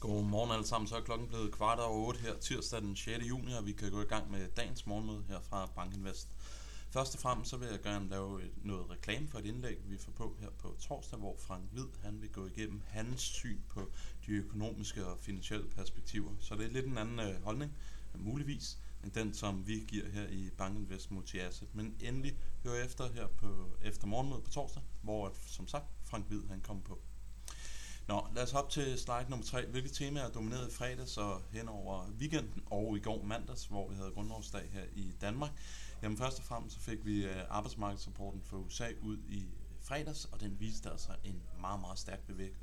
Godmorgen alle sammen, så er klokken blevet 7:15 her tirsdag den 6. juni, og vi kan gå i gang med dagens morgenmøde her fra BankInvest. Først og fremmest så vil jeg gerne lave noget reklame for et indlæg, vi får på her på torsdag, hvor Frank Hvid han vil gå igennem hans syn på de økonomiske og finansielle perspektiver. Så det er lidt en anden holdning, muligvis, end den som vi giver her i BankInvest Multi-Asset. Men endelig hør efter her efter morgenmødet på torsdag, hvor som sagt Frank Hvid han kommer på. Nå, lad os hoppe til slide nummer 3. Hvilke temaer dominerede i fredags og hen over weekenden og i går mandags, hvor vi havde grundlovsdag her i Danmark? Jamen først og fremmest så fik vi arbejdsmarkedsrapporten for USA ud i fredags, og den viste altså en meget, meget stærk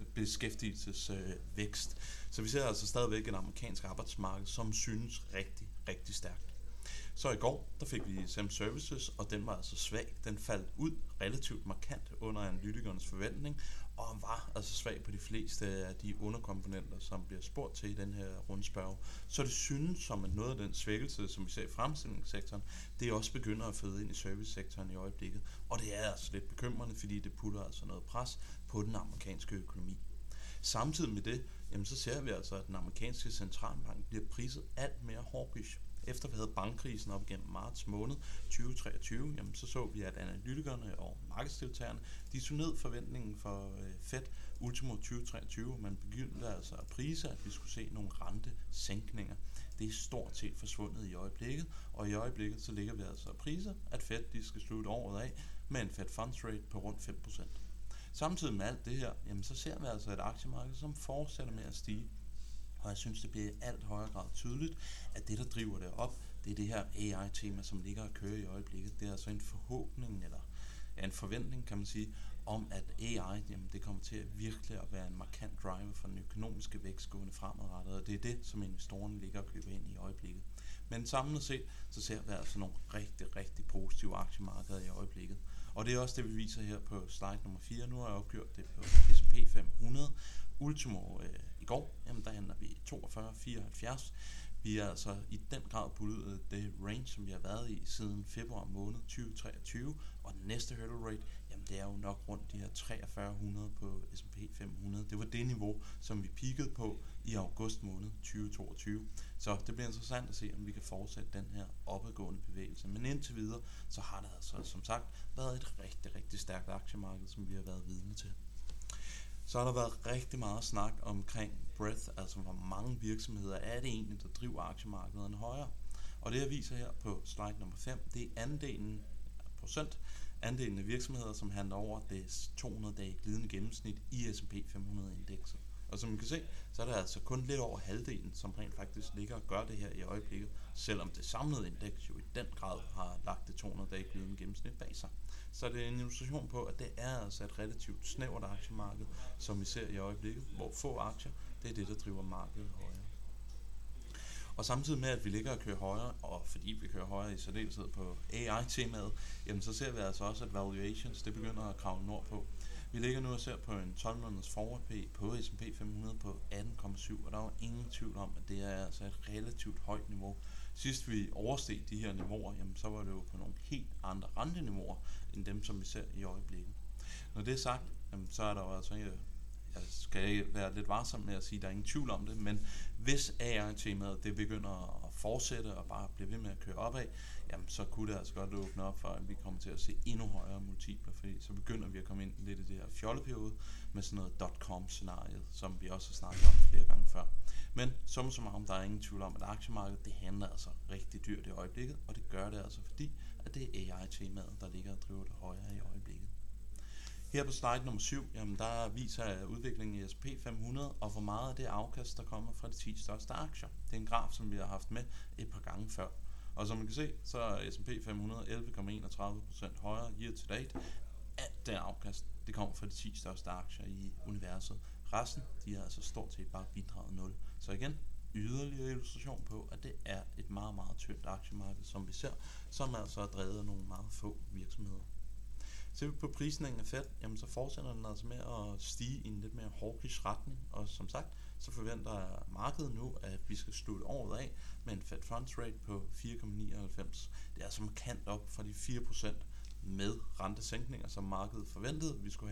beskæftigelsesvækst. Så vi ser altså stadigvæk et amerikansk arbejdsmarked, som synes rigtig, rigtig stærkt. Så i går, der fik vi SEM Services, og den var altså svag. Den faldt ud relativt markant under analytikernes forventning, og var altså svag på de fleste af de underkomponenter, som bliver spurgt til i den her rundspørge. Så det synes som, at noget af den svækkelse, som vi ser i fremstillingssektoren, det også begynder at føde ind i servicesektoren i øjeblikket. Og det er altså lidt bekymrende, fordi det putter altså noget pres på den amerikanske økonomi. Samtidig med det, jamen så ser vi altså, at den amerikanske centralbank bliver priset alt mere hawkish. Efter vi havde bankkrisen op igennem marts måned 2023, jamen så vi, at analytikerne og markedsdeltagerne, de tog ned forventningen for Fed ultimo 2023. Man begyndte altså at prise, at vi skulle se nogle rentesænkninger. Det er stort set forsvundet i øjeblikket, og i øjeblikket så ligger vi altså at prise, at Fed de skal slutte året af med en Fed Funds Rate på rundt 5%. Samtidig med alt det her, jamen så ser vi altså et aktiemarked, som fortsætter med at stige. Og jeg synes, det bliver i alt højere grad tydeligt, at det, der driver det op, det er det her AI-tema, som ligger og kører i øjeblikket. Det er altså en forhåbning, eller en forventning, kan man sige, om at AI, jamen, det kommer til at virkelig at være en markant driver for den økonomiske vækst gående fremadrettet. Og det er det, som investorerne ligger og køber ind i øjeblikket. Men samlet set, så ser vi altså nogle rigtig, rigtig positive aktiemarkeder i øjeblikket. Og det er også det, vi viser her på slide nummer 4. Nu har jeg opgjort det på S&P 500. Ultimo i går, jamen der handler vi 42,74. Vi er altså i den grad puttet det range, som vi har været i siden februar måned 2023. Og den næste hurdle rate, jamen det er jo nok rundt de her 4300 på S&P 500. Det var det niveau, som vi peakede på i august måned 2022. Så det bliver interessant at se, om vi kan fortsætte den her opadgående bevægelse. Men indtil videre, så har det altså som sagt været et rigtig, rigtig stærkt aktiemarked, som vi har været vidne til. Så har der været rigtig meget snak omkring breadth, altså hvor mange virksomheder er det egentlig, der driver aktiemarkederne højere. Og det jeg viser her på slide nummer 5, det er andelen af virksomheder, som handler over det 200-dage glidende gennemsnit i S&P 500-indekset. Og som man kan se, så er der altså kun lidt over halvdelen, som rent faktisk ligger og gør det her i øjeblikket, selvom det samlede indeks jo i den grad har lagt det 200-dage glidende gennemsnit bag sig. Så det er en illustration på, at det er altså et relativt snævert aktiemarked, som vi ser i øjeblikket, hvor få aktier, det er det, der driver markedet højere. Og samtidig med, at vi ligger og kører højere, og fordi vi kører højere i særdeleshed på AI-temaet, jamen så ser vi altså også, at valuations, det begynder at kravle nordpå. Vi ligger nu og ser på en 12 måneders forward P på S&P 500 på 18,7, og der var ingen tvivl om, at det er altså et relativt højt niveau. Sidst vi oversteg de her niveauer, jamen så var det jo på nogle helt andre renteniveauer, end dem, som vi ser i øjeblikket. Når det er sagt, jamen, så er der jo altså, jeg skal være lidt varsom med at sige, at der er ingen tvivl om det, men hvis AI-temaet det begynder at fortsætte og bare blive ved med at køre opad, jamen så kunne det altså godt åbne op for, at vi kommer til at se endnu højere multipler, fordi så begynder vi at komme ind lidt i det her fjolleperiode med sådan noget .com-scenariet, som vi også har snakket om flere gange før. Men som der er ingen tvivl om, at aktiemarkedet det handler altså rigtig dyrt i øjeblikket, og det gør det altså fordi, at det er AI-temaet, der ligger og driver det højere i øjeblikket. Her på slide nummer 7, jamen der viser jeg udviklingen i S&P 500, og hvor meget af det afkast, der kommer fra de 10 største aktier. Det er en graf, som vi har haft med et par gange før. Og som man kan se, så er S&P 500 11,31% højere year to date. Alt det afkast, det kommer fra de 10 største aktier i universet. Resten, de har altså stort set bare bidraget 0. Så igen, yderligere illustration på, at det er et meget, meget tyndt aktiemarked, som vi ser, som altså er drevet af nogle meget få virksomheder. Ser vi på prisningen af Fed, jamen så fortsætter den altså med at stige i en lidt mere hawkish retning, og som sagt, så forventer markedet nu, at vi skal slutte året af med en Fed Funds Rate på 4,99. Det er altså markant op fra de 4% med rentesænkninger, som markedet forventede, vi skulle have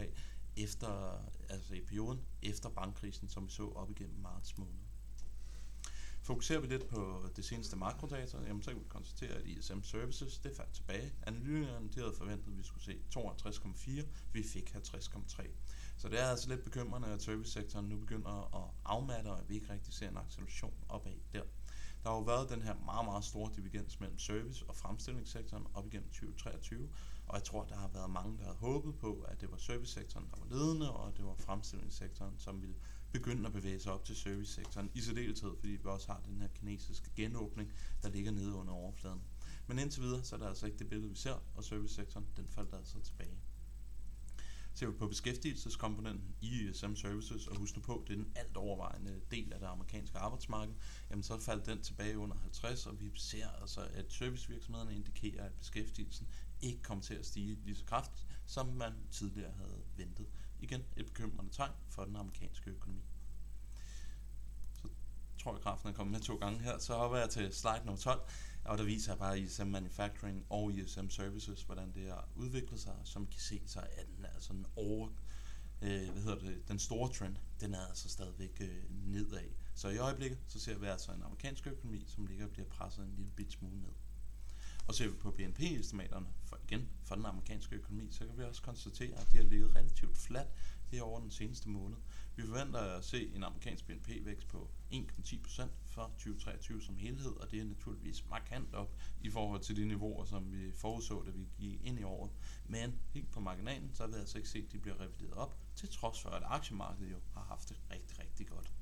i perioden efter bankkrisen, som vi så op igennem marts måned. Fokuserer vi lidt på det seneste makrodata, jamen så kan vi konstatere, at ISM Services det faldt tilbage. Analytikerne de havde forventet, at vi skulle se 52,4, vi fik 50,3. Så det er altså lidt bekymrende, at servicesektoren nu begynder at afmatte, og at vi ikke rigtig ser en acceleration opad der. Der har jo været den her meget, meget store divergens mellem service- og fremstillingssektoren op igennem 2023, og jeg tror, der har været mange, der havde håbet på, at det var servicesektoren, der var ledende, og at det var fremstillingssektoren, som ville begynde at bevæge sig op til servicesektoren, i særdeleshed, fordi vi også har den her kinesiske genåbning, der ligger nede under overfladen. Men indtil videre, så er der altså ikke det billede, vi ser, og servicesektoren, den faldt altså tilbage. Ser vi på beskæftigelseskomponenten i ISM Services, og husk nu på, det er den alt overvejende del af det amerikanske arbejdsmarked, jamen så faldt den tilbage under 50, og vi ser altså, at servicevirksomhederne indikerer, at beskæftigelsen ikke kommer til at stige lige så kraftigt, som man tidligere havde ventet. Igen et bekymrende tegn for den amerikanske økonomi. Så tror jeg, kraften er kommet med 2 gange her, så hopper jeg til slide nummer 12, og der viser jeg bare ISM Manufacturing og ISM Services, hvordan det har udviklet sig, som I kan se, så er den altså den store trend, den er altså stadigvæk nedad. Så i øjeblikket, så ser vi altså en amerikansk økonomi, som ligger og bliver presset en lille bit smule ned. Og ser vi på BNP-estimaterne for den amerikanske økonomi, så kan vi også konstatere, at de har ligget relativt fladt her over den seneste måned. Vi forventer at se en amerikansk BNP-vækst på 1,10% for 2023 som helhed, og det er naturligvis markant op i forhold til de niveauer, som vi forudså, da vi gik ind i året. Men helt på marginalen, så har vi altså ikke set, at de bliver revideret op, til trods for, at aktiemarkedet jo har haft det rigtig, rigtig godt.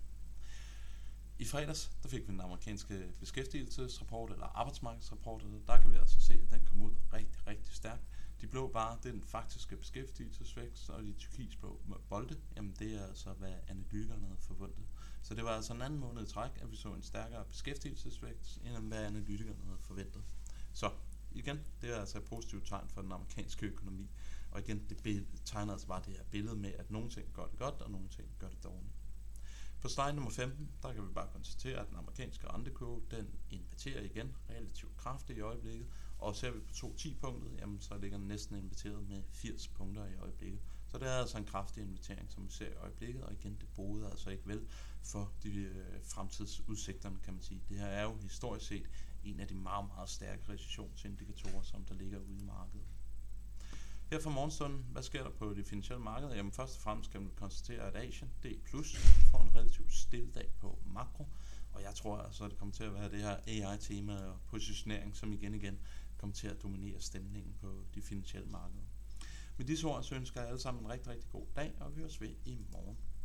I fredags, der fik vi den amerikanske beskæftigelsesrapport, eller arbejdsmarkedsrapport, og der kan vi altså se, at den kom ud rigtig, rigtig stærkt. De blå bare, det er den faktiske beskæftigelsesvækst, og de turkisblå bolde, jamen det er altså, hvad analytikerne havde forventet. Så det var altså en anden måned i træk, at vi så en stærkere beskæftigelsesvækst, end hvad analytikerne havde forventet. Så igen, det er altså et positivt tegn for den amerikanske økonomi. Og igen, det tegner altså bare det her billede med, at nogle ting gør det godt, og nogle ting gør det dårligt. På slide nummer 15, der kan vi bare konstatere, at den amerikanske rentekurve, den inverterer igen relativt kraftigt i øjeblikket, og ser vi på 2.10-punktet, jamen så ligger den næsten inverteret med 80 punkter i øjeblikket. Så det er altså en kraftig invertering, som vi ser i øjeblikket, og igen, det boede altså ikke vel for de fremtidsudsigterne, kan man sige. Det her er jo historisk set en af de meget, meget stærke recessionsindikatorer, som der ligger ude i markedet. Her for morgenstunden, hvad sker der på det finansielle marked? Jamen først og fremmest kan man konstatere, at Asien, det er plus, vi får en relativt stille dag på makro, og jeg tror altså, at det kommer til at være det her AI-tema og positionering, som igen kommer til at dominere stemningen på de finansielle markeder. Med disse ord, så ønsker jeg alle sammen en rigtig, rigtig god dag, og vi høres ved i morgen.